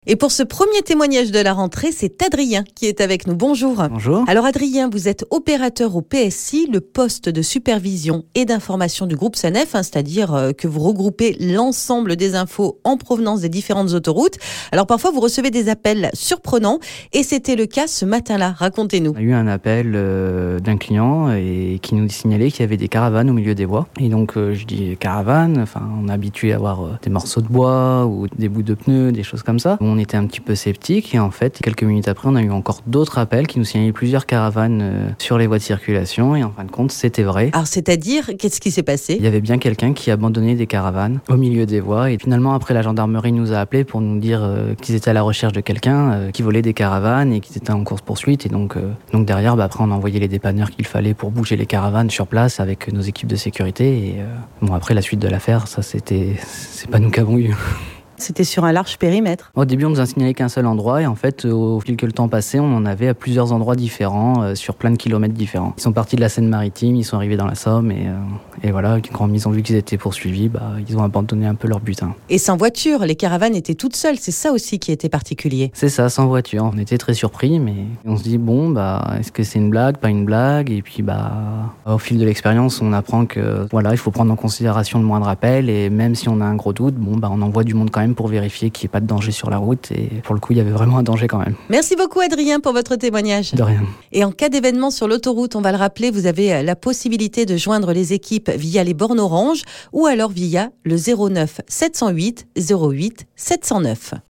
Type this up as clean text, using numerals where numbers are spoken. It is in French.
Et pour ce premier témoignage de la rentrée, c'est Adrien qui est avec nous. Bonjour. Bonjour. Alors Adrien, vous êtes opérateur au PSI, le poste de supervision et d'information du groupe SANEF, c'est-à-dire que vous regroupez l'ensemble des infos en provenance des différentes autoroutes. Alors parfois vous recevez des appels surprenants et c'était le cas ce matin-là. Racontez-nous. On a eu un appel d'un client et qui nous signalait qu'il y avait des caravanes au milieu des voies. Et donc je dis caravanes, on est habitué à avoir des morceaux de bois ou des bouts de pneus, des choses comme ça. On était un petit peu sceptiques et en fait, quelques minutes après, on a eu encore d'autres appels qui nous signalaient plusieurs caravanes sur les voies de circulation et en fin de compte, c'était vrai. Alors c'est-à-dire, qu'est-ce qui s'est passé ? Il y avait bien quelqu'un qui abandonnait des caravanes au milieu des voies et finalement après la gendarmerie nous a appelés pour nous dire qu'ils étaient à la recherche de quelqu'un qui volait des caravanes et qu'ils étaient en course-poursuite et donc derrière, après on a envoyé les dépanneurs qu'il fallait pour bouger les caravanes sur place avec nos équipes de sécurité et après la suite de l'affaire, c'est pas nous qui avons eu. C'était sur un large périmètre. Au début, on nous a signalé qu'un seul endroit et en fait, au fil que le temps passait, on en avait à plusieurs endroits différents, sur plein de kilomètres différents. Ils sont partis de la Seine-Maritime, ils sont arrivés dans la Somme et voilà, quand ils ont vu qu'ils étaient poursuivis, ils ont abandonné un peu leur butin. Et sans voiture, les caravanes étaient toutes seules, c'est ça aussi qui était particulier. C'est ça, sans voiture. On était très surpris, mais on se dit est-ce que c'est une blague, pas une blague ? Et puis au fil de l'expérience, on apprend que il faut prendre en considération le moindre appel et même si on a un gros doute, on envoie du monde quand même pour vérifier qu'il n'y ait pas de danger sur la route et pour le coup il y avait vraiment un danger quand même. Merci beaucoup Adrien pour votre témoignage. De rien. Et en cas d'événement sur l'autoroute, on va le rappeler, vous avez la possibilité de joindre les équipes via les bornes orange ou alors via le 09 708 08 709.